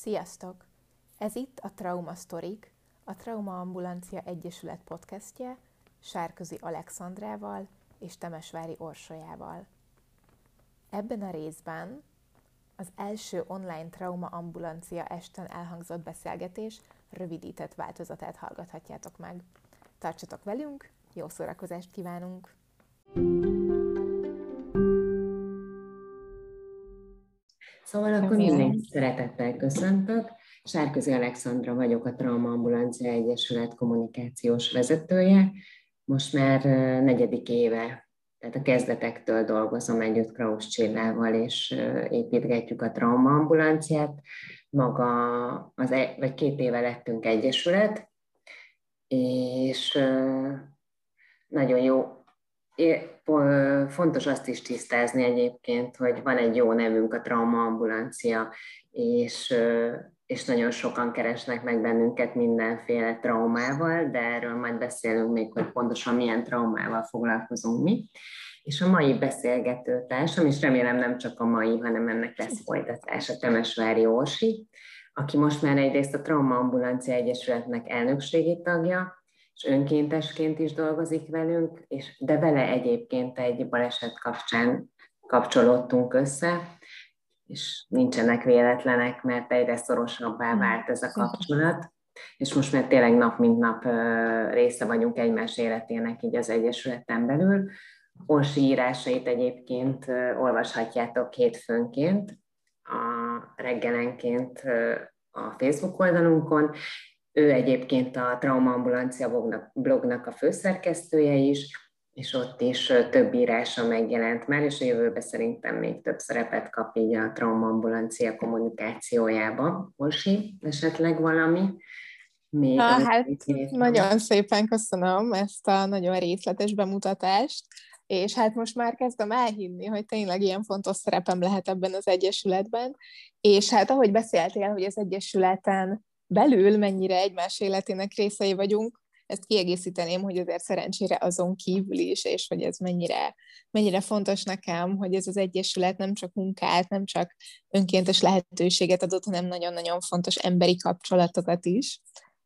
Sziasztok! Ez itt a Trauma Sztorik, a Trauma Ambulancia Egyesület podcastje Sárközi Alexandrával és Temesvári Orsolyával. Ebben a részben az első online Trauma Ambulancia esten elhangzott beszélgetés rövidített változatát hallgathatjátok meg. Tartsatok velünk, jó szórakozást kívánunk! Szóval akkor mindenkit szeretettel köszöntök. Sárközi Alexandra vagyok, a Trauma Ambulancia Egyesület kommunikációs vezetője. Most már 4. éve, tehát a kezdetektől dolgozom együtt Krausz Csillával, és építgetjük a Trauma Ambulanciát. Vagy 2 éve lettünk egyesület, és nagyon jó. Fontos azt is tisztázni egyébként, hogy van egy jó nevünk, a Trauma Ambulancia, és nagyon sokan keresnek meg bennünket mindenféle traumával, de erről majd beszélünk még, hogy pontosan milyen traumával foglalkozunk mi. És a mai beszélgetőtársam, és remélem nem csak a mai, hanem ennek lesz folytatása, Temesvári Orsi, aki most már egyrészt a Trauma Ambulancia Egyesületnek elnökségi tagja, és önkéntesként is dolgozik velünk, de vele egyébként egy baleset kapcsán kapcsolódtunk össze, és nincsenek véletlenek, mert egyre szorosabbá vált ez a kapcsolat, és most már tényleg nap mint nap része vagyunk egymás életének így az Egyesületen belül. Orsi írásait egyébként olvashatjátok hétfőnként, reggelenként a Facebook oldalunkon. Ő egyébként a Trauma Ambulancia blognak a főszerkesztője is, és ott is több írása megjelent már, és a jövőben szerintem még több szerepet kap így a Trauma Ambulancia kommunikációjába. Orsi, esetleg valami? Nagyon szépen köszönöm ezt a nagyon részletes bemutatást, és hát most már kezdem elhinni, hogy tényleg ilyen fontos szerepem lehet ebben az Egyesületben, és hát ahogy beszéltél, hogy az Egyesületen belül mennyire egymás életének részei vagyunk, ezt kiegészíteném, hogy azért szerencsére azon kívül is, és hogy ez mennyire fontos nekem, hogy ez az Egyesület nem csak munkát, nem csak önkéntes lehetőséget adott, hanem nagyon-nagyon fontos emberi kapcsolatokat is,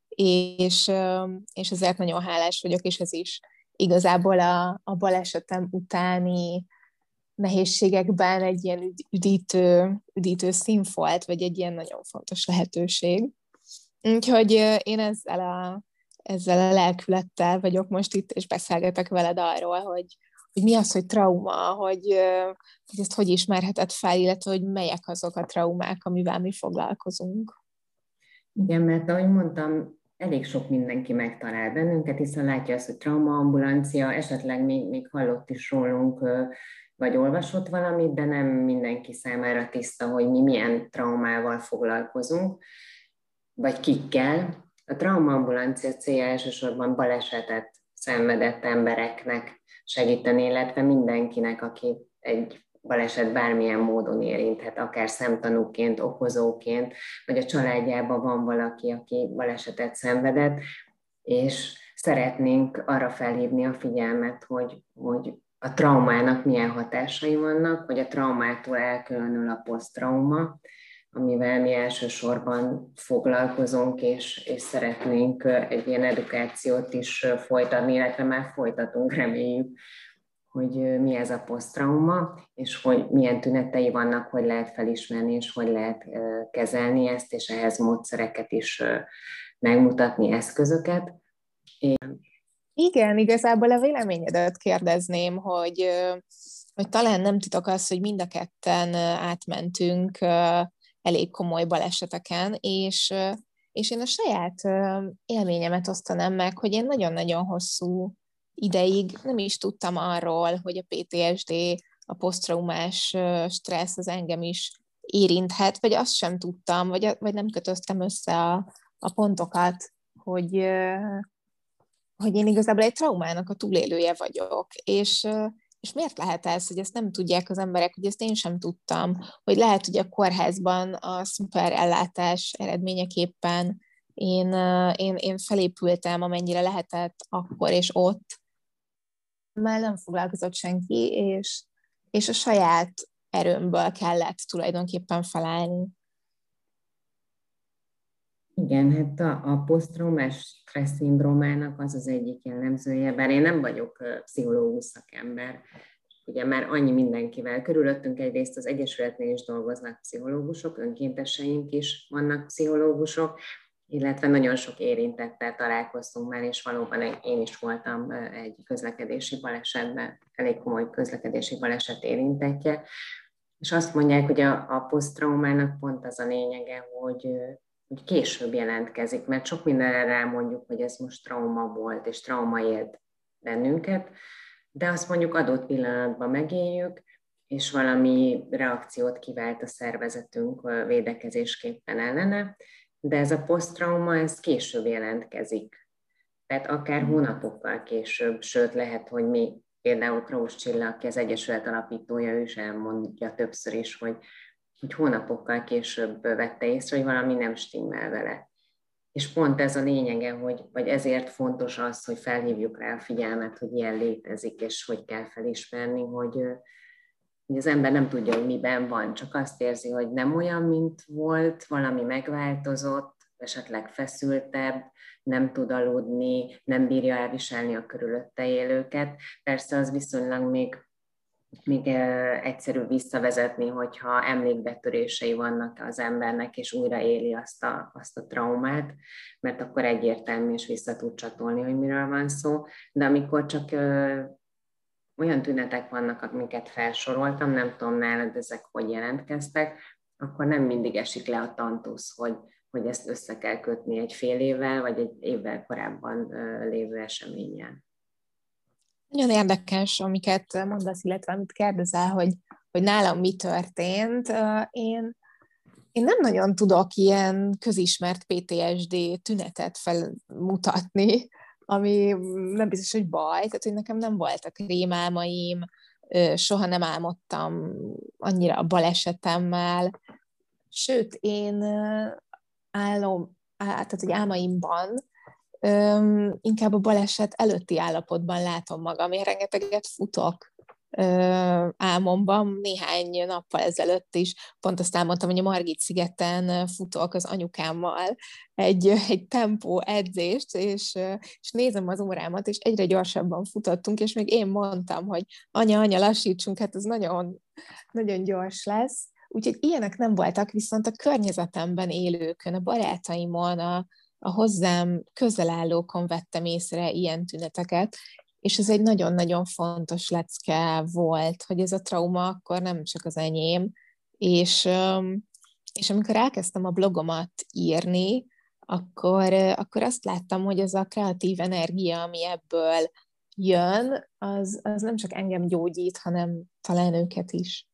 és ezért nagyon hálás vagyok, és ez is igazából a balesetem utáni nehézségekben egy ilyen üdítő színfolt, vagy egy ilyen nagyon fontos lehetőség. Úgyhogy én ezzel a lelkülettel vagyok most itt, és beszélgetek veled arról, hogy mi az, hogy trauma, hogy ezt hogy ismerheted fel, illetve hogy melyek azok a traumák, amivel mi foglalkozunk. Igen, mert ahogy mondtam, elég sok mindenki megtalál bennünket, hiszen látja azt, hogy Trauma Ambulancia, esetleg még hallott is rólunk, vagy olvasott valamit, de nem mindenki számára tiszta, hogy mi milyen traumával foglalkozunk, vagy kikkel. A Trauma Ambulancia célja elsősorban balesetet szenvedett embereknek segíteni, illetve mindenkinek, aki egy baleset bármilyen módon érinthet, akár szemtanúként, okozóként, vagy a családjában van valaki, aki balesetet szenvedett, és szeretnénk arra felhívni a figyelmet, hogy a traumának milyen hatásai vannak, hogy a traumától elkülönül a posztrauma, amivel mi elsősorban foglalkozunk, és szeretnénk egy ilyen edukációt is folytatni, illetve már folytatunk, reméljük, hogy mi ez a posztrauma, és hogy milyen tünetei vannak, hogy lehet felismerni, és hogy lehet kezelni ezt, és ehhez módszereket is megmutatni, eszközöket. Igen, igazából a véleményedet kérdezném, hogy talán nem titok az, hogy mind a ketten átmentünk elég komoly baleseteken, és én a saját élményemet osztanám meg, hogy én nagyon-nagyon hosszú ideig nem is tudtam arról, hogy a PTSD, a posztraumás stressz az engem is érinthet, vagy azt sem tudtam, vagy nem kötöztem össze a pontokat, hogy én igazából egy traumának a túlélője vagyok, és miért lehet ez, hogy ezt nem tudják az emberek, hogy ezt én sem tudtam, hogy lehet, hogy a kórházban a szuper ellátás eredményeképpen én felépültem, amennyire lehetett akkor és ott, mert nem foglalkozott senki, és a saját erőmből kellett tulajdonképpen felállni. Igen, hát a posztraumás stressz szindrómának az az egyik jellemzője, bár én nem vagyok pszichológus szakember, ugye már annyi mindenkivel körülöttünk, egyrészt az Egyesületnél is dolgoznak pszichológusok, önkénteseink is vannak pszichológusok, illetve nagyon sok érintettel találkoztunk már, és valóban én is voltam egy közlekedési balesetben, elég komoly közlekedési baleset érintettje, és azt mondják, hogy a posztraumának pont az a lényege, hogy később jelentkezik, mert sok mindenre rámondjuk, hogy ez most trauma volt, és trauma élt bennünket, de azt mondjuk adott pillanatban megéljük, és valami reakciót kivált a szervezetünk védekezésképpen ellene, de ez a posztrauma, ez később jelentkezik. Tehát akár hónapokkal később, sőt lehet, hogy mi, például Krausz Csilla, aki az Egyesület alapítója, ő is elmondja többször is, hogy hónapokkal később vette észre, hogy valami nem stimmel vele. És pont ez a lényege, vagy ezért fontos az, hogy felhívjuk rá a figyelmet, hogy ilyen létezik, és hogy kell felismerni, hogy az ember nem tudja, hogy miben van, csak azt érzi, hogy nem olyan, mint volt, valami megváltozott, esetleg feszültebb, nem tud aludni, nem bírja elviselni a körülötte élőket. Persze az viszonylag még egyszerű visszavezetni, hogyha emlékbetörései vannak az embernek, és újra éli azt a traumát, mert akkor egyértelmű és vissza tud csatolni, hogy miről van szó. De amikor csak olyan tünetek vannak, amiket felsoroltam, nem tudom nálad ezek hogy jelentkeztek, akkor nem mindig esik le a tantusz, hogy ezt össze kell kötni egy fél évvel, vagy egy évvel korábban lévő eseménnyel. Nagyon érdekes, amiket mondasz, illetve amit kérdezel, hogy nálam mi történt. Én nem nagyon tudok ilyen közismert PTSD tünetet felmutatni, ami nem biztos, hogy baj, tehát hogy nekem nem voltak rémálmaim, soha nem álmodtam annyira a balesetemmel, sőt, én tehát hogy álmaimban inkább a baleset előtti állapotban látom magam. Én rengeteget futok álmomban, néhány nappal ezelőtt is pont azt elmondtam, hogy a Margit-szigeten futok az anyukámmal egy tempó edzést, és nézem az órámat, és egyre gyorsabban futottunk, és még én mondtam, hogy anya, lassítsunk, hát ez nagyon, nagyon gyors lesz. Úgyhogy ilyenek nem voltak, viszont a környezetemben élőkön, a barátaimon, a hozzám közel állókon vettem észre ilyen tüneteket, és ez egy nagyon-nagyon fontos lecke volt, hogy ez a trauma akkor nem csak az enyém, és amikor elkezdtem a blogomat írni, akkor azt láttam, hogy ez a kreatív energia, ami ebből jön, az nem csak engem gyógyít, hanem talán őket is.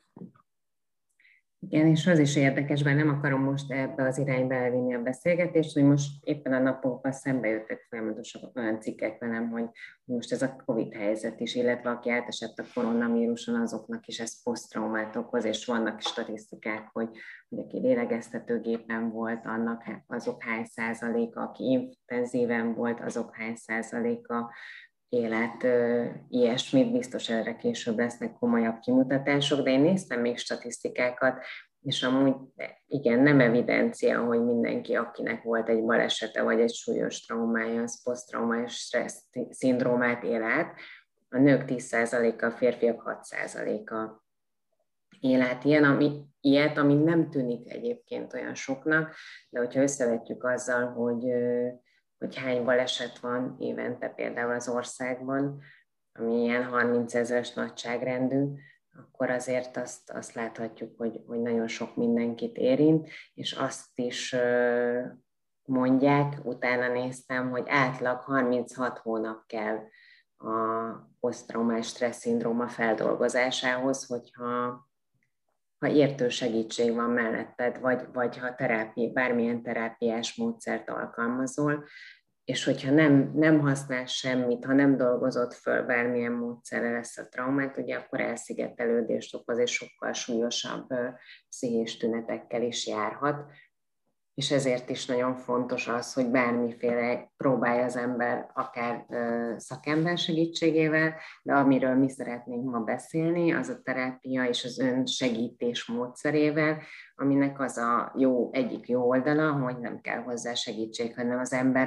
Igen, és az is érdekes, bár nem akarom most ebbe az irányba elvinni a beszélgetést, hogy most éppen a napokban szembe jöttek folyamatosan olyan cikkek velem, hogy most ez a Covid helyzet is, illetve aki átesett a koronavíruson, azoknak is ez posztraumát okoz, és vannak statisztikák, hogy aki lélegeztetőgépen volt, azok hány százaléka, aki intenzíven volt, azok hány százaléka élet, ilyesmit, biztos erre később lesznek komolyabb kimutatások, de én néztem még statisztikákat, és amúgy igen, nem evidencia, hogy mindenki, akinek volt egy balesete, vagy egy súlyos traumája, az posztraumás stressz szindrómát él át. A nők 10%-a, a férfiak 6%-a él át ilyet, ami nem tűnik egyébként olyan soknak, de hogyha összevetjük azzal, hogy hány baleset van évente például az országban, ami ilyen 30 000-es nagyságrendű, akkor azért azt láthatjuk, hogy nagyon sok mindenkit érint, és azt is mondják, utána néztem, hogy átlag 36 hónap kell a posztraumás stressz szindróma feldolgozásához, hogyha értő segítség van melletted, vagy ha bármilyen terápiás módszert alkalmazol, és hogyha nem használsz semmit, ha nem dolgozod föl bármilyen módszerrel ezt a traumát, ugye akkor elszigetelődést okoz, és sokkal súlyosabb pszichés tünetekkel is járhat. és ezért is nagyon fontos az, hogy bármiféle próbálja az ember, akár szakember segítségével, de amiről mi szeretnénk ma beszélni, az a terápia és az önsegítés módszerével, aminek az a egyik jó oldala, hogy nem kell hozzá segítség, hanem az ember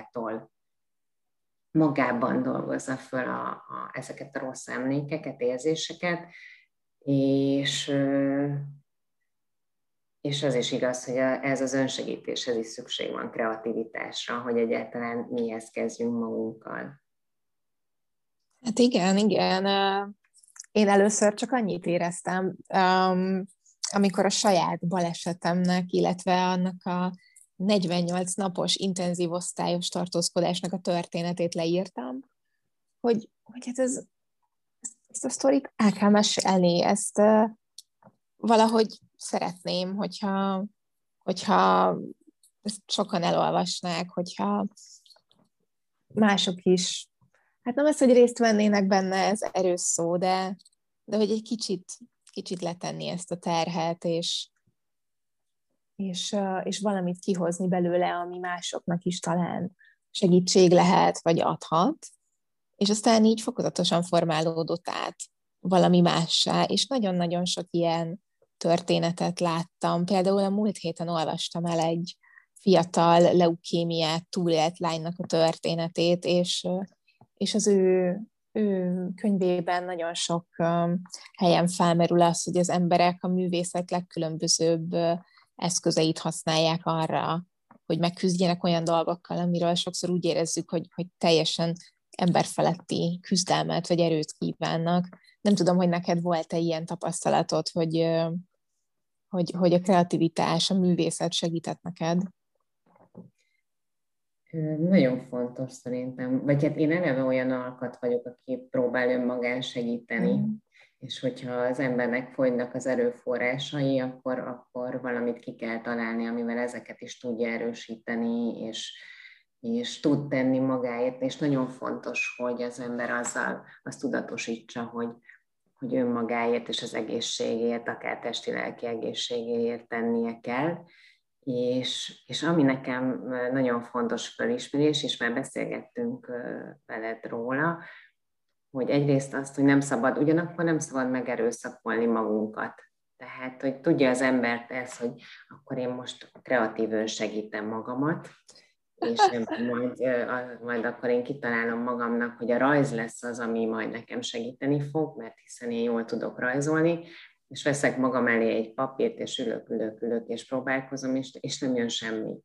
magában dolgozza föl ezeket a rossz emlékeket, érzéseket, és az is igaz, hogy ez az önsegítéshez is szükség van, kreativitásra, hogy egyáltalán mihez kezdjünk magunkkal. Hát igen. Én először csak annyit éreztem, amikor a saját balesetemnek, illetve annak a 48 napos intenzív osztályos tartózkodásnak a történetét leírtam, hogy hát ezt a sztorit el kell mesélni, ezt valahogy szeretném, hogyha ezt sokan elolvasnák, hogyha mások is, hát nem az, hogy részt vennének benne, ez erős szó, de hogy egy kicsit letenni ezt a terhet, és valamit kihozni belőle, ami másoknak is talán segítség lehet, vagy adhat, és aztán így fokozatosan formálódott át valami mássá, és nagyon-nagyon sok ilyen történetet láttam. Például a múlt héten olvastam el egy fiatal leukémiát túlélt lánynak a történetét, és az ő könyvében nagyon sok helyen felmerül az, hogy az emberek a művészet legkülönbözőbb eszközeit használják arra, hogy megküzdjenek olyan dolgokkal, amiről sokszor úgy érezzük, hogy teljesen emberfeletti küzdelmet vagy erőt kívánnak. Nem tudom, hogy neked volt-e ilyen tapasztalatod, hogy a kreativitás, a művészet segített neked? Nagyon fontos szerintem. Vagy hát én eleve olyan alkat vagyok, aki próbál önmagán segíteni, és hogyha az embernek fogynak az erőforrásai, akkor valamit ki kell találni, amivel ezeket is tudja erősíteni, és tud tenni magáért, és nagyon fontos, hogy az ember azzal azt tudatosítsa, hogy önmagáért és az egészségért, akár testi-lelki egészségéért tennie kell. És ami nekem nagyon fontos felismerés, és már beszélgettünk veled róla, hogy egyrészt azt, hogy ugyanakkor nem szabad megerőszakolni magunkat. Tehát, hogy tudja az embert ez, hogy akkor én most kreatíven segítem magamat, és majd akkor én kitalálom magamnak, hogy a rajz lesz az, ami majd nekem segíteni fog, mert hiszen én jól tudok rajzolni, és veszek magam elé egy papírt, és ülök, és próbálkozom, és nem jön semmi.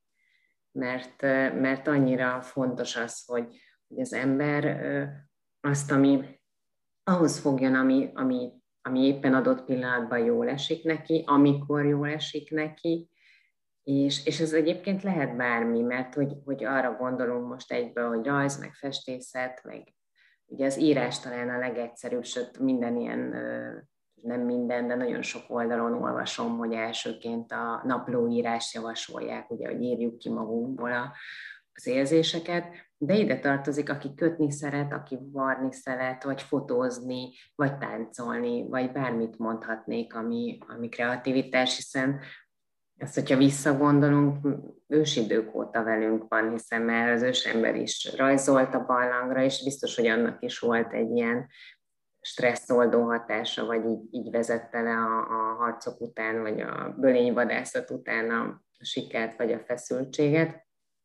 Mert annyira fontos az, hogy az ember azt, ahhoz fogjon, ami éppen adott pillanatban jól esik neki, amikor jól esik neki, és ez egyébként lehet bármi, mert hogy arra gondolunk most egyből, hogy rajz, meg festészet, meg ugye az írás talán a legegyszerűbb, sőt minden ilyen, nem minden, de nagyon sok oldalon olvasom, hogy elsőként a naplóírás javasolják, ugye, hogy írjuk ki magunkból az érzéseket, de ide tartozik, aki kötni szeret, aki varni szeret, vagy fotózni, vagy táncolni, vagy bármit mondhatnék, ami kreativitás, hiszen ezt, hogyha visszagondolunk, ősidők óta velünk van, hiszen már az ősember is rajzolt a barlangra, és biztos, hogy annak is volt egy ilyen stresszoldó hatása, vagy így vezette le a harcok után, vagy a bölényvadászat után a sikert, vagy a feszültséget.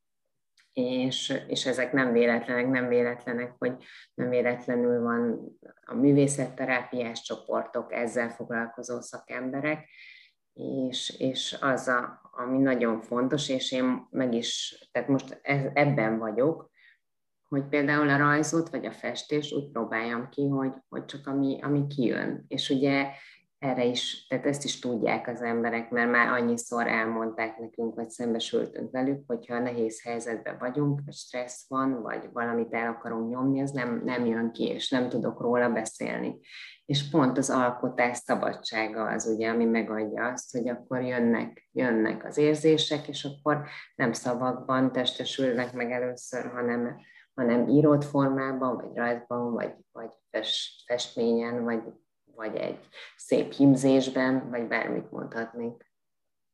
És ezek nem véletlenek, hogy nem véletlenül van a művészetterápiás csoportok, ezzel foglalkozó szakemberek, és az, ami nagyon fontos, és én tehát most ebben vagyok, hogy például a rajzot vagy a festést úgy próbáljam ki, hogy csak ami kijön. És ugye erre is, tehát ezt is tudják az emberek, mert már annyiszor elmondták nekünk, vagy szembesültünk velük, hogyha nehéz helyzetben vagyunk, vagy stressz van, vagy valamit el akarunk nyomni, az nem jön ki, és nem tudok róla beszélni. És pont az alkotás szabadsága az ugye, ami megadja azt, hogy akkor jönnek az érzések, és akkor nem szavakban testesülnek meg először, hanem írott formában, vagy rajzban, vagy festményen, vagy egy szép hímzésben, vagy bármit mondhatnék.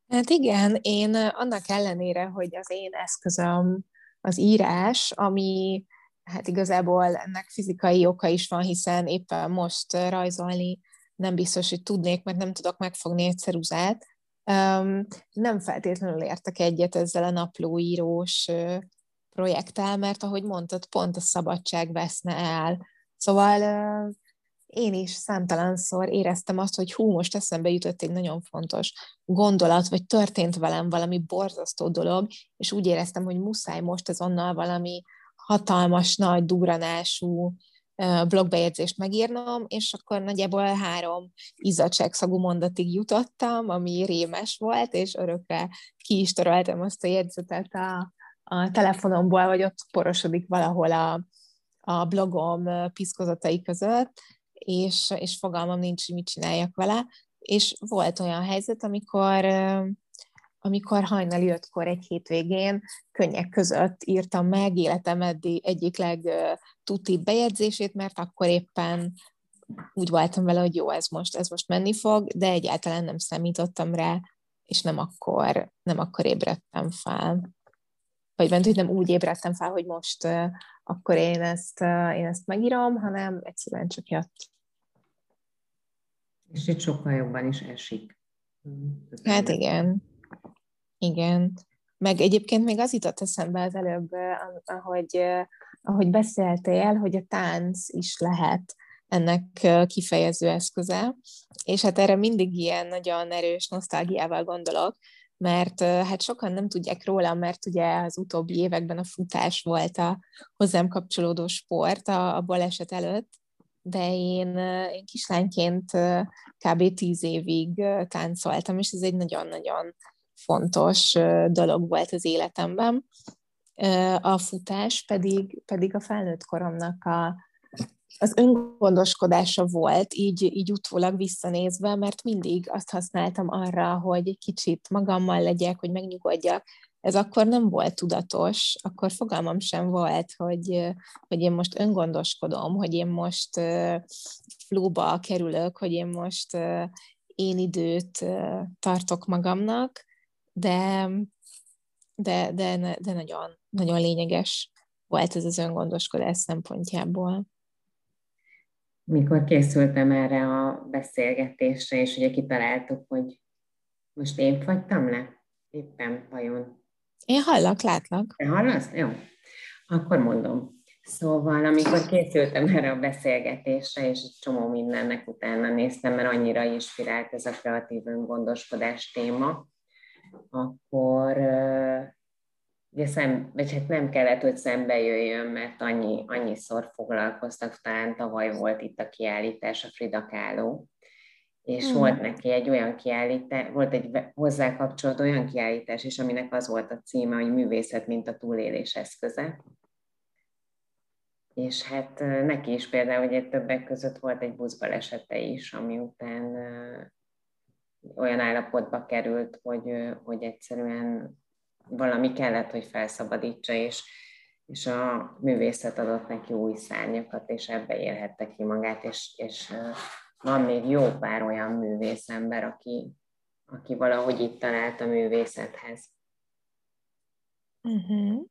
Hát igen, én annak ellenére, hogy az én eszközöm az írás, ami hát igazából ennek fizikai oka is van, hiszen éppen most rajzolni nem biztos, hogy tudnék, mert nem tudok megfogni egy ceruzát. Nem feltétlenül értek egyet ezzel a naplóírós projekttel, mert ahogy mondtad, pont a szabadság veszne el. Szóval én is számtalanszor éreztem azt, hogy hú, most eszembe jutott egy nagyon fontos gondolat, vagy történt velem valami borzasztó dolog, és úgy éreztem, hogy muszáj most azonnal valami hatalmas, nagy, durranású blogbejegyzést megírnom, és akkor nagyjából 3 izzadságszagú mondatig jutottam, ami rémes volt, és örökre ki is töröltem azt a jegyzetet a telefonomból, vagy ott porosodik valahol a blogom piszkozatai között, és fogalmam nincs, hogy mit csináljak vele. És volt olyan helyzet, amikor hajnali 5-kor egy hétvégén könnyek között írtam meg életem eddig egyik legtutibb bejegyzését, mert akkor éppen úgy voltam vele, hogy jó, ez most menni fog, de egyáltalán nem számítottam rá, és nem akkor ébredtem fel. Vagy bent, hogy nem úgy ébredtem fel, hogy most akkor én ezt megírom, hanem egyszerűen csak jött. És itt sokkal jobban is esik. Hát igen. Igen. Meg egyébként még az jutott eszembe az előbb, ahogy beszéltél, hogy a tánc is lehet ennek kifejező eszköze, és hát erre mindig ilyen nagyon erős nosztalgiával gondolok, mert hát sokan nem tudják róla, mert ugye az utóbbi években a futás volt a hozzám kapcsolódó sport a baleset előtt, de én kislányként kb. 10 évig táncoltam, és ez egy nagyon-nagyon fontos dolog volt az életemben. A futás pedig a felnőtt koromnak az öngondoskodása volt, így utólag visszanézve, mert mindig azt használtam arra, hogy egy kicsit magammal legyek, hogy megnyugodjak. Ez akkor nem volt tudatos, akkor fogalmam sem volt, hogy én most öngondoskodom, hogy én most flóba kerülök, hogy én most én időt tartok magamnak, de nagyon, nagyon lényeges volt ez az öngondoskodás szempontjából. Mikor készültem erre a beszélgetésre, és ugye kitaláltuk, hogy most én fagytam le? Éppen vajon? Én hallak, látlak. Te hallasz? Jó. Akkor mondom. Szóval, amikor készültem erre a beszélgetésre, és egy csomó mindennek utána néztem, mert annyira inspirált ez a kreatív öngondoskodás téma, akkor ugye vagy hát nem kellett, hogy szembe jöjjön, mert annyiszor foglalkoztak, talán tavaly volt itt a kiállítás, a Frida Kahlo, és volt neki egy olyan kiállítás, volt egy hozzá kapcsolat olyan kiállítás is, aminek az volt a címe, hogy művészet, mint a túlélés eszköze. És hát neki is például ugye többek között volt egy buszbalesete is, ami után olyan állapotba került, hogy egyszerűen valami kellett, hogy felszabadítsa, és a művészet adott neki új szárnyakat, és ebbe élhette ki magát, és van még jó pár olyan művészember, aki valahogy itt talált a művészethez. Uh-huh.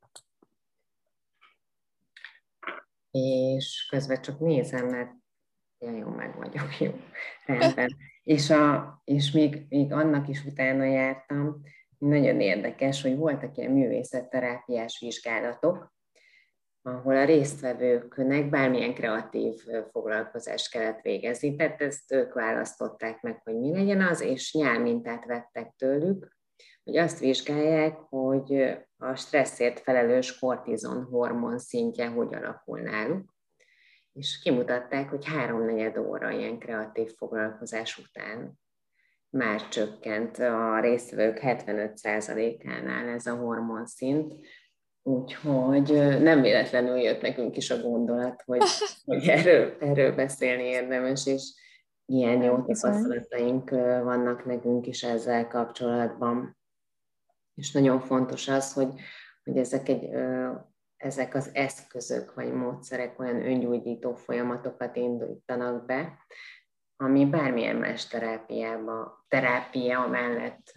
És közben csak nézem, mert jó, meg vagyok, jó, rendben. És még annak is utána jártam, nagyon érdekes, hogy voltak ilyen művészetterápiás vizsgálatok, ahol a résztvevőknek bármilyen kreatív foglalkozást kellett végezni. Tehát ezt ők választották meg, hogy mi legyen az, és nyálmintát vettek tőlük, hogy azt vizsgálják, hogy a stresszért felelős kortizon hormon szintje hogy alakul náluk. És kimutatták, hogy 3/4 óra ilyen kreatív foglalkozás után már csökkent a résztvevők 75%-ánál ez a hormonszint, úgyhogy nem véletlenül jött nekünk is a gondolat, hogy erről beszélni érdemes, és ilyen jó tapasztalataink vannak nekünk is ezzel kapcsolatban. És nagyon fontos az, hogy ezek az eszközök vagy módszerek olyan öngyógyító folyamatokat indítanak be, ami bármilyen más terápia mellett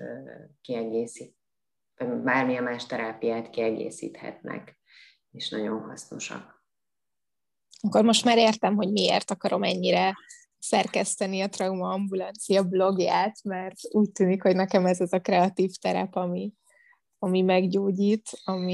bármilyen más terápiát kiegészíthetnek, és nagyon hasznosak. Akkor most már értem, hogy miért akarom ennyire szerkeszteni a Trauma Ambulancia blogját, mert úgy tűnik, hogy nekem ez az a kreatív terep, ami meggyógyít,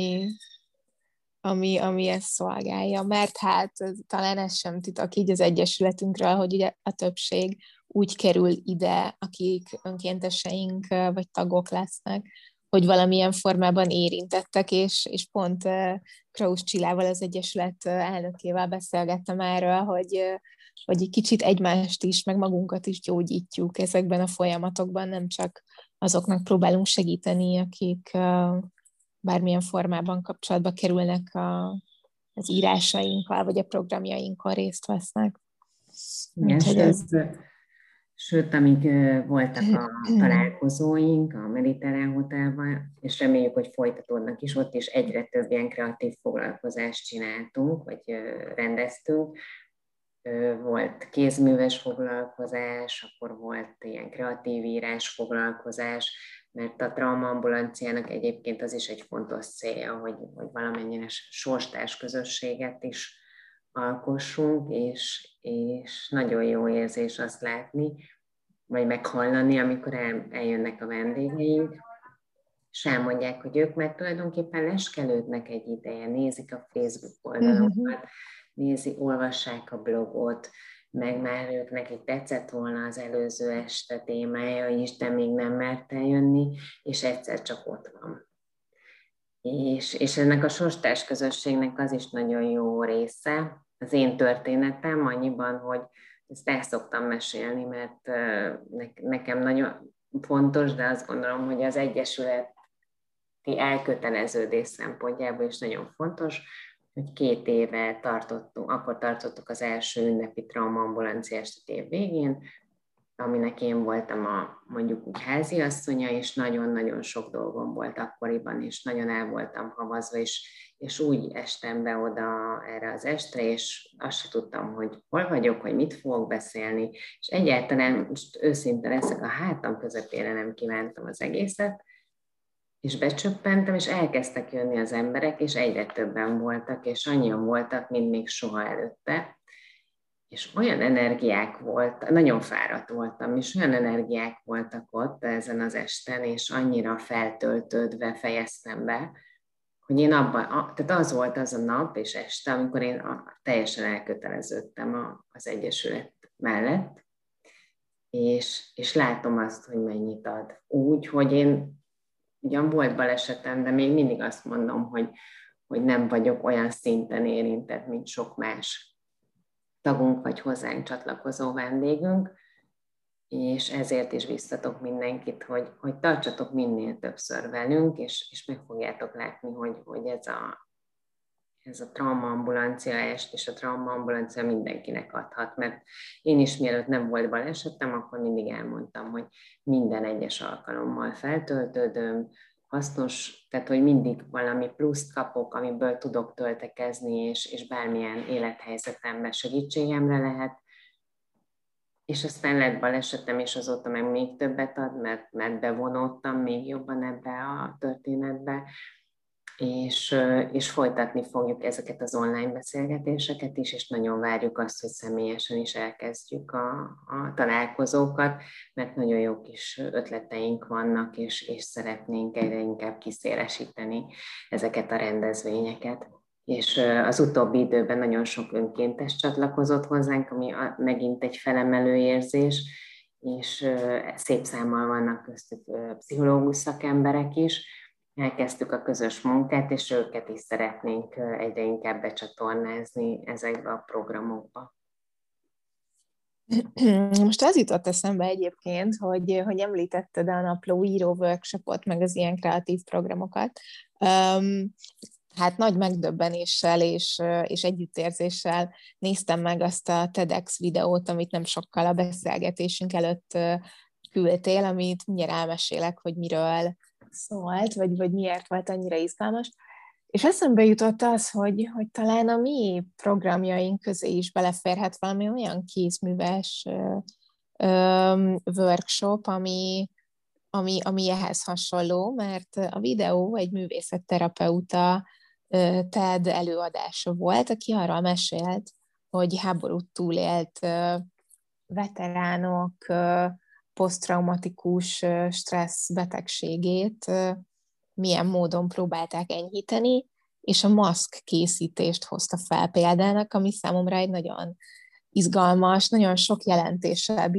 ami ezt szolgálja. Mert hát talán ez sem titok így az Egyesületünkről, hogy ugye a többség úgy kerül ide, akik önkénteseink vagy tagok lesznek, hogy valamilyen formában érintettek, és pont Krausz Csillával, az Egyesület elnökével beszélgettem erről, hogy egy kicsit egymást is, meg magunkat is gyógyítjuk ezekben a folyamatokban, nem csak azoknak próbálunk segíteni, akik bármilyen formában kapcsolatba kerülnek az írásainkkal, vagy a programjainkon részt vesznek. Igen, sőt, amíg voltak a találkozóink a Mediterrán Hotelban, és reméljük, hogy folytatódnak is, ott is egyre több ilyen kreatív foglalkozást csináltunk, vagy rendeztünk. Volt kézműves foglalkozás, akkor volt ilyen kreatív írás foglalkozás, mert a traumaambulanciának egyébként az is egy fontos célja, hogy valamennyire sorstás közösséget is alkossunk, és nagyon jó érzés azt látni, vagy meghallani, amikor eljönnek a vendégeink, és elmondják, hogy ők meg tulajdonképpen leskelődnek egy ideje, nézik a Facebook oldalokat, olvassák a blogot, meg már ők nekik tetszett volna az előző este témája is, de még nem mert eljönni, és egyszer csak ott van. És ennek a sorstás közösségnek az is nagyon jó része, az én történetem annyiban, hogy ezt el szoktam mesélni, mert nekem nagyon fontos, de azt gondolom, hogy az egyesületi elköteleződés szempontjából is nagyon fontos, hogy 2 éve akkor tartottuk az első ünnepi traumaambulanciást év végén, aminek én voltam mondjuk úgy háziasszonya, és nagyon-nagyon sok dolgom volt akkoriban, és nagyon el voltam havazva, és úgy estem be oda erre az estre, és azt se tudtam, hogy hol vagyok, hogy mit fogok beszélni, és egyáltalán, most őszinte leszek, a hátam közepére nem kívántam az egészet, és becsöppentem, és elkezdtek jönni az emberek, és egyre többen voltak, és annyian voltak, mint még soha előtte. És olyan energiák volt, nagyon fáradt voltam, és olyan energiák voltak ott ezen az esten, és annyira feltöltődve fejeztem be, hogy én tehát az volt az a nap és este, amikor én teljesen elköteleződtem az Egyesület mellett, és látom azt, hogy mennyit ad. Úgy, hogy én ugyan volt balesetem, de még mindig azt mondom, hogy nem vagyok olyan szinten érintett, mint sok más tagunk vagy hozzánk csatlakozó vendégünk, és ezért is biztatok mindenkit, hogy tartsatok minél többször velünk, és meg fogjátok látni, hogy ez a traumaambulancia est és a traumaambulancia mindenkinek adhat, mert én is mielőtt nem volt balesetem, akkor mindig elmondtam, hogy minden egyes alkalommal feltöltődöm, hasznos, tehát hogy mindig valami pluszt kapok, amiből tudok töltekezni, és bármilyen élethelyzetemben segítségemre lehet. És aztán lett balesetem, és azóta meg még többet ad, mert bevonódtam még jobban ebbe a történetbe, és folytatni fogjuk ezeket az online beszélgetéseket is, és nagyon várjuk azt, hogy személyesen is elkezdjük a találkozókat, mert nagyon jó kis ötleteink vannak, és szeretnénk egyre inkább kiszélesíteni ezeket a rendezvényeket. És az utóbbi időben nagyon sok önkéntes csatlakozott hozzánk, ami megint egy felemelő érzés, és szép számmal vannak köztük pszichológus szakemberek is. Elkezdtük a közös munkát, és őket is szeretnénk egyre inkább becsatornázni ezekbe a programokba. Most az jutott eszembe egyébként, hogy említetted a napló író workshopot, meg az ilyen kreatív programokat. Hát nagy megdöbbenéssel és együttérzéssel néztem meg azt a TEDx videót, amit nem sokkal a beszélgetésünk előtt küldtél, amit mindjárt elmesélek, hogy miről szólt, vagy miért volt annyira izgalmas. És eszembe jutott az, hogy talán a mi programjaink közé is beleférhet valami olyan kézműves workshop, ami ehhez hasonló, mert a videó egy művészetterapeuta TED előadása volt, aki arról mesélt, hogy háborút túlélt veteránok poszttraumatikus stressz betegségét milyen módon próbálták enyhíteni, és a maszk készítést hozta fel példának, ami számomra egy nagyon izgalmas, nagyon sok jelentéssel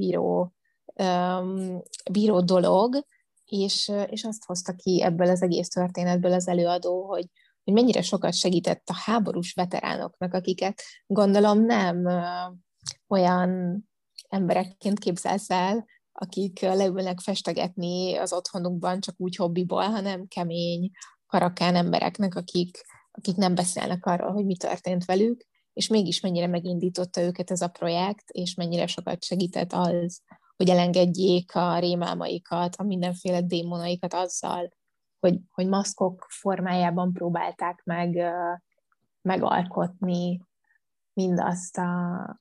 bíró dolog, és azt hozta ki ebből az egész történetből az előadó, hogy mennyire sokat segített a háborús veteránoknak, akiket gondolom nem olyan emberekként képzelsz el, akik leülnek festegetni az otthonukban csak úgy hobbiból, hanem kemény, karakán embereknek, akik nem beszélnek arról, hogy mi történt velük, és mégis mennyire megindította őket ez a projekt, és mennyire sokat segített az, hogy elengedjék a rémálmaikat, a mindenféle démonaikat azzal, hogy maszkok formájában próbálták megalkotni mindazt a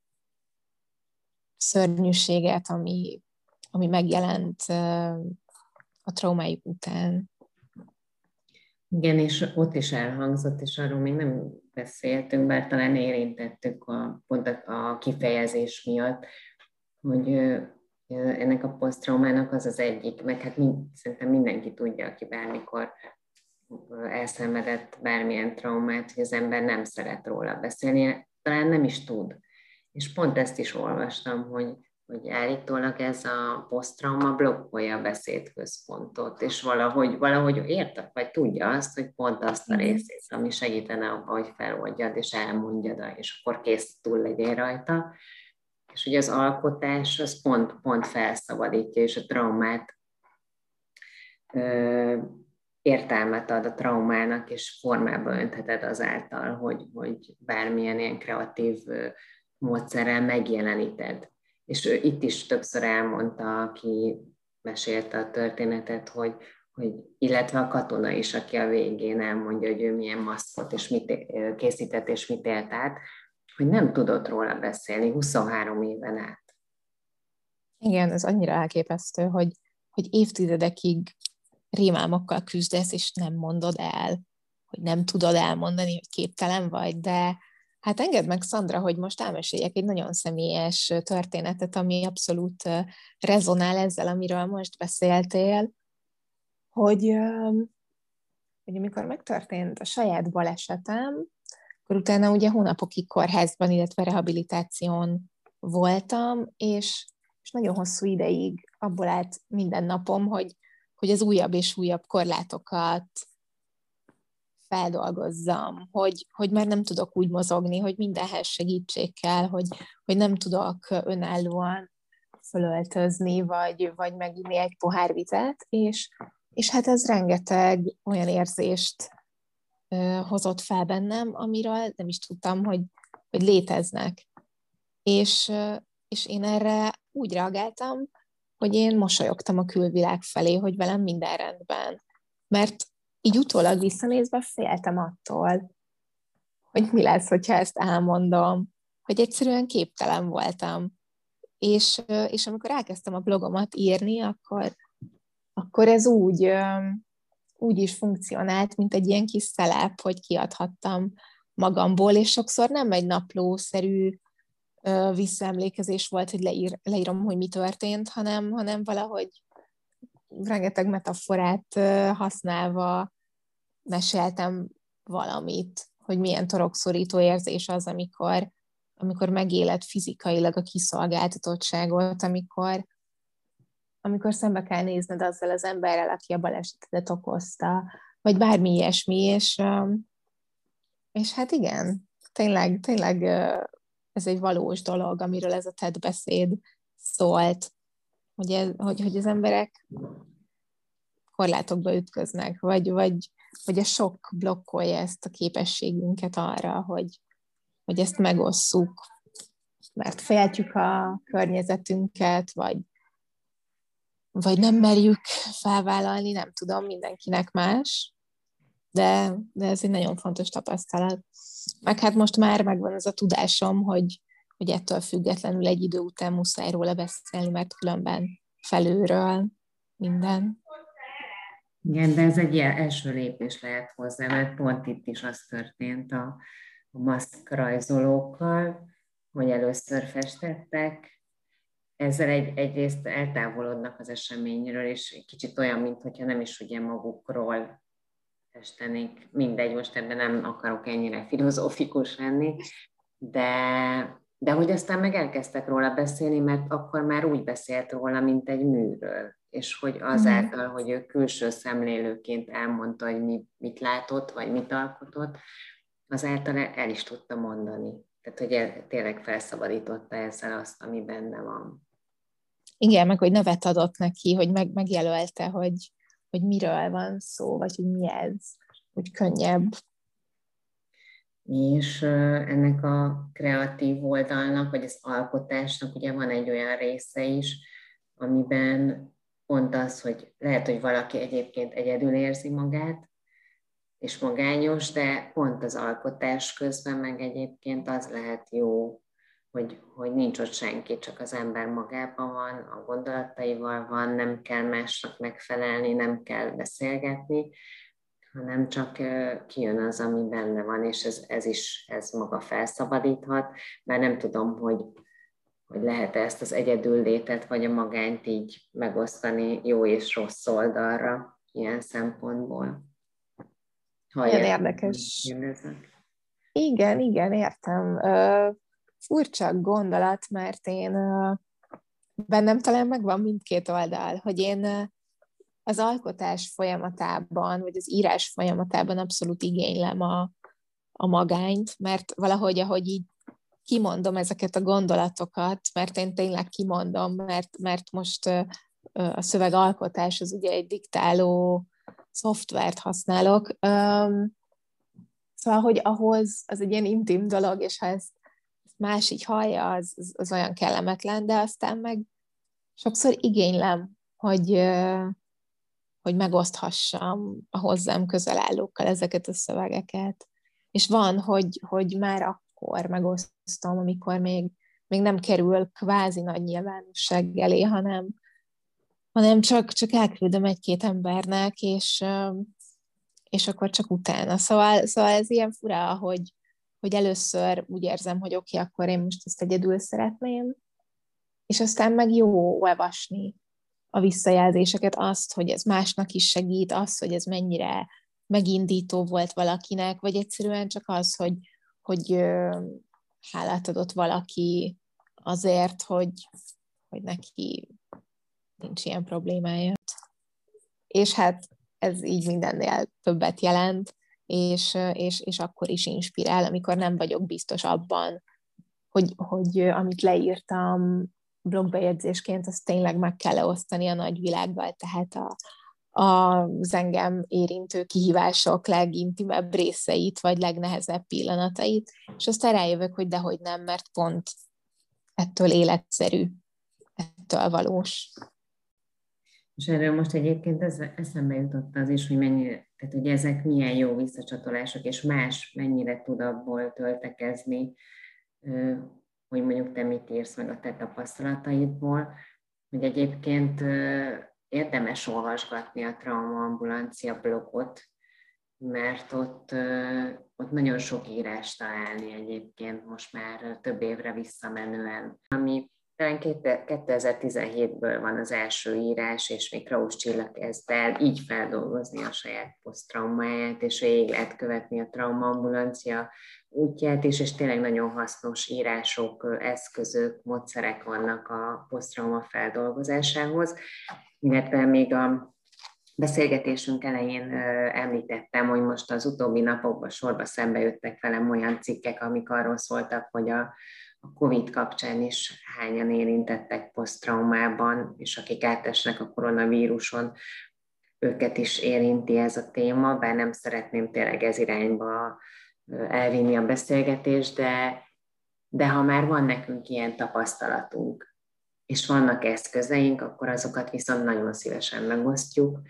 szörnyűséget, ami megjelent a traumájuk után. Igen, és ott is elhangzott, és arról még nem beszéltünk, bár talán érintettük pont a kifejezés miatt, hogy ennek a posztraumának az egyik, meg hát szerintem mindenki tudja, aki bármikor elszenvedett bármilyen traumát, hogy az ember nem szeret róla beszélni, talán nem is tud. És pont ezt is olvastam, hogy állítólag ez a posztrauma blokkolja a beszédközpontot, és valahogy érted, vagy tudja azt, hogy pont azt a részét, ami segítene abban, hogy feloldjad, és elmondjad, és akkor kész, túl legyél rajta. És ugye az alkotás az pont felszabadítja, és a traumát értelmet ad a traumának, és formába öntheted azáltal, hogy bármilyen ilyen kreatív módszerrel megjeleníted. És ő itt is többször elmondta, aki mesélte a történetet, hogy illetve a katona is, aki a végén elmondja, hogy ő milyen maszkot és mit készített és mit élt át, hogy nem tudott róla beszélni 23 éven át. Igen, ez annyira elképesztő, hogy évtizedekig rémálmokkal küzdesz, és nem mondod el, hogy nem tudod elmondani, hogy képtelen vagy, de hát engedd meg, Szandra, hogy most elmeséljek egy nagyon személyes történetet, ami abszolút rezonál ezzel, amiről most beszéltél, hogy amikor megtörtént a saját balesetem, akkor utána ugye hónapokig kórházban, illetve rehabilitáción voltam, és nagyon hosszú ideig abból állt minden napom, hogy az újabb és újabb korlátokat feldolgozzam, hogy már nem tudok úgy mozogni, hogy mindenhez segítség kell, hogy nem tudok önállóan fölöltözni, vagy meginni egy pohár vizet, és hát ez rengeteg olyan érzést hozott fel bennem, amiről nem is tudtam, hogy léteznek. És én erre úgy reagáltam, hogy én mosolyogtam a külvilág felé, hogy velem minden rendben. Mert így utólag visszanézve féltem attól, hogy mi lesz, hogyha ezt elmondom, hogy egyszerűen képtelen voltam. És amikor elkezdtem a blogomat írni, akkor ez úgy is funkcionált, mint egy ilyen kis szelep, hogy kiadhattam magamból, és sokszor nem egy naplószerű visszaemlékezés volt, hogy leírom, hogy mi történt, hanem valahogy rengeteg metaforát használva meséltem valamit, hogy milyen torokszorító érzés az, amikor megéled fizikailag a kiszolgáltatottságot, amikor szembe kell nézned azzal az emberrel, aki a balesetet okozta, vagy bármi ilyesmi, és hát igen, tényleg ez egy valós dolog, amiről ez a TED beszéd szólt, hogy az emberek korlátokba ütköznek, vagy a sok blokkolja ezt a képességünket arra, hogy ezt megosszuk, mert féltjük a környezetünket, vagy nem merjük felvállalni, nem tudom, mindenkinek más, de ez egy nagyon fontos tapasztalat. Meg hát most már megvan az a tudásom, hogy hogy ettől függetlenül egy idő után muszáj róla beszélni, mert különben felülről minden. Igen, de ez egy ilyen első lépés lehet hozzá, mert pont itt is az történt a maszkrajzolókkal, hogy először festettek, ezzel egyrészt eltávolodnak az eseményről, és egy kicsit olyan, mintha nem is ugye magukról festenék. Mindegy, most ebben nem akarok ennyire filozófikus lenni, de hogy aztán meg elkezdtek róla beszélni, mert akkor már úgy beszélt róla, mint egy műről, és hogy azáltal, hogy ő külső szemlélőként elmondta, hogy mit látott, vagy mit alkotott, azáltal el is tudta mondani. Tehát, hogy tényleg felszabadította ezzel azt, ami benne van. Igen, meg hogy nevet adott neki, hogy megjelölte, hogy miről van szó, vagy hogy mi ez, hogy könnyebb. És ennek a kreatív oldalnak, vagy az alkotásnak ugye van egy olyan része is, amiben pont az, hogy lehet, hogy valaki egyébként egyedül érzi magát, és magányos, de pont az alkotás közben meg egyébként az lehet jó, hogy nincs ott senki, csak az ember magában van, a gondolataival van, nem kell másnak megfelelni, nem kell beszélgetni, hanem csak kijön az, ami benne van, és ez maga felszabadíthat, mert nem tudom, hogy lehet ezt az egyedül létet, vagy a magányt így megosztani jó és rossz oldalra ilyen szempontból. Nagyon érdekes. Igen, értem. Furcsa gondolat, mert én bennem talán megvan mindkét oldal, hogy én az alkotás folyamatában, vagy az írás folyamatában abszolút igénylem a magányt, mert valahogy, ahogy így kimondom ezeket a gondolatokat, mert én tényleg kimondom, mert most a szövegalkotás az ugye egy diktáló szoftvert használok, szóval, hogy ahhoz az egy ilyen intim dolog, és ha ezt más így hallja, az olyan kellemetlen, de aztán meg sokszor igénylem, hogy megoszthassam a hozzám közel állókkal ezeket a szövegeket. És van, hogy már akkor megosztom, amikor még nem kerül kvázi nagy nyilvánosság elé, hanem csak elküldöm egy-két embernek, és akkor csak utána. Szóval ez ilyen fura, hogy először úgy érzem, hogy oké, akkor én most ezt egyedül szeretném, és aztán meg jó olvasni a visszajelzéseket, azt, hogy ez másnak is segít, azt, hogy ez mennyire megindító volt valakinek, vagy egyszerűen csak az, hogy hálát adott valaki azért, hogy neki nincs ilyen problémája. És hát ez így mindennél többet jelent, és akkor is inspirál, amikor nem vagyok biztos abban, hogy amit leírtam blogbejegyzésként, azt tényleg meg kell osztani a nagyvilággal, tehát az engem érintő kihívások legintimebb részeit, vagy legnehezebb pillanatait, és aztán rájövök, hogy dehogy nem, mert pont ettől életszerű, ettől valós. És erről most egyébként eszembe jutott az is, hogy mennyire, tehát hogy ezek milyen jó visszacsatolások, és más mennyire tud abból töltekezni, hogy mondjuk te mit írsz meg a te tapasztalataidból, hogy egyébként érdemes olvasgatni a Traumaambulancia blogot, mert ott nagyon sok írást találni egyébként most már több évre visszamenően, ami talán 2017-ből van az első írás, és még Krausz Csilla kezd el így feldolgozni a saját posztraumáját, és végig lehet követni a Traumaambulancia útját is, és tényleg nagyon hasznos írások, eszközök, módszerek vannak a posztrauma feldolgozásához, illetve még a beszélgetésünk elején említettem, hogy most az utóbbi napokban sorba szembe jöttek velem olyan cikkek, amik arról szóltak, hogy a COVID kapcsán is hányan érintettek posztraumában, és akik átesnek a koronavíruson, őket is érinti ez a téma, bár nem szeretném tényleg ez irányba elvinni a beszélgetést, de ha már van nekünk ilyen tapasztalatunk, és vannak eszközeink, akkor azokat viszont nagyon szívesen megosztjuk,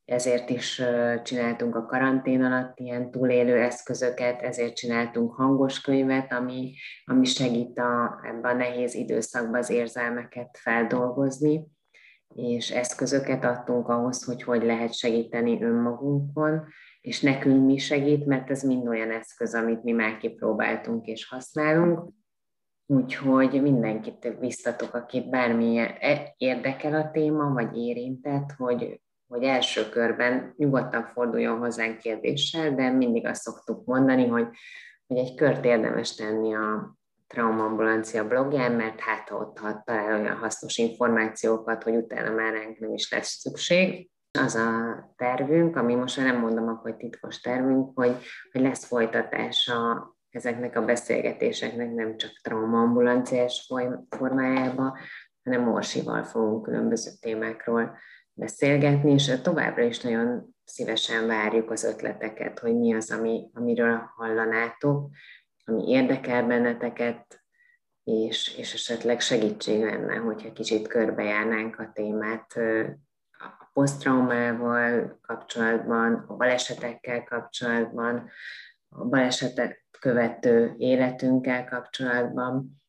ezért is csináltunk a karantén alatt ilyen túlélő eszközöket, ezért csináltunk hangos könyvet, ami segít ebben a nehéz időszakban az érzelmeket feldolgozni, és eszközöket adtunk ahhoz, hogy lehet segíteni önmagunkon, és nekünk mi segít, mert ez mind olyan eszköz, amit mi már kipróbáltunk és használunk. Úgyhogy mindenkit biztatok, akit bármilyen érdekel a téma, vagy érintett, hogy első körben nyugodtan forduljon hozzánk kérdéssel, de mindig azt szoktuk mondani, hogy egy kört érdemes tenni a Traumaambulancia blogján, mert hát ott talál olyan hasznos információkat, hogy utána már ránk nem is lesz szükség. Az a tervünk, ami most már nem mondom, hogy titkos tervünk, hogy lesz folytatása ezeknek a beszélgetéseknek nem csak traumaambulanciás formájában, hanem Orsival fogunk különböző témákról beszélgetni, és továbbra is nagyon szívesen várjuk az ötleteket, hogy mi az, amiről hallanátok, ami érdekel benneteket, és esetleg segítség lenne, hogyha kicsit körbejárnánk a témát a posztraumával kapcsolatban, a balesetekkel kapcsolatban, a balesetet követő életünkkel kapcsolatban,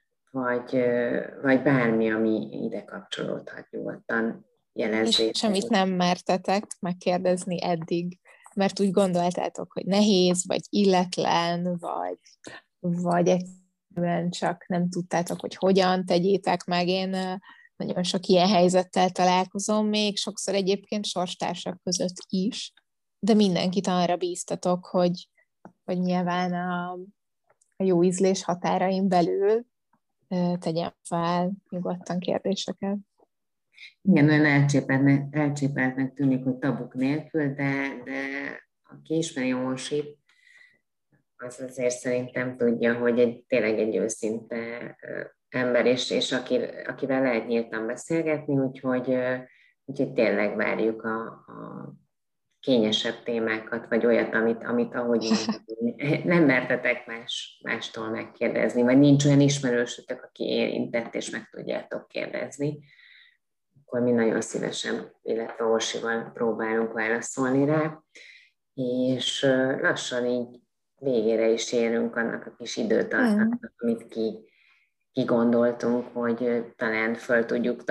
vagy bármi, ami ide kapcsolódhat, nyugodtan jelezzétek. És amit nem mertetek megkérdezni eddig, mert úgy gondoltátok, hogy nehéz, vagy illetlen, vagy egyszerűen csak nem tudtátok, hogy hogyan tegyétek meg. Én nagyon sok ilyen helyzettel találkozom, még sokszor egyébként sorstársak között is, de mindenkit arra bíztatok, hogy nyilván a jó ízlés határain belül tegyen fel nyugodtan kérdéseket. Igen, olyan elcsépeltnek tűnik, hogy tabuk nélkül, de aki ismeri Orsit, az azért szerintem tudja, hogy tényleg egy őszinte ember, és akivel lehet nyíltan beszélgetni, úgyhogy tényleg várjuk a kényesebb témákat, vagy olyat, amit ahogy nem mertetek mástól megkérdezni, vagy nincs olyan ismerősötök, aki érintett, és meg tudjátok kérdezni, akkor mi nagyon szívesen, illetve Orsival próbálunk válaszolni rá, és lassan így végére is érünk annak a kis időtartamnak, amit kigondoltunk, hogy talán föl tudjuk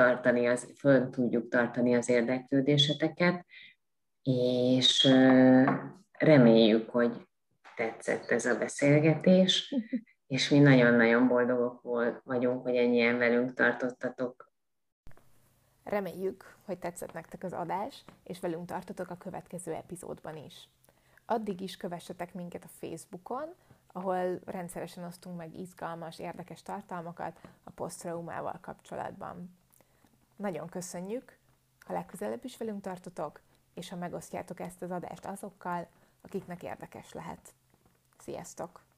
tartani az érdeklődéseteket, és reméljük, hogy tetszett ez a beszélgetés, és mi nagyon-nagyon boldogok vagyunk, hogy ennyien velünk tartottatok. Reméljük, hogy tetszett nektek az adás, és velünk tartotok a következő epizódban is. Addig is kövessetek minket a Facebookon, ahol rendszeresen osztunk meg izgalmas, érdekes tartalmakat a posztraumával kapcsolatban. Nagyon köszönjük, ha legközelebb is velünk tartotok, és ha megosztjátok ezt az adást azokkal, akiknek érdekes lehet. Sziasztok!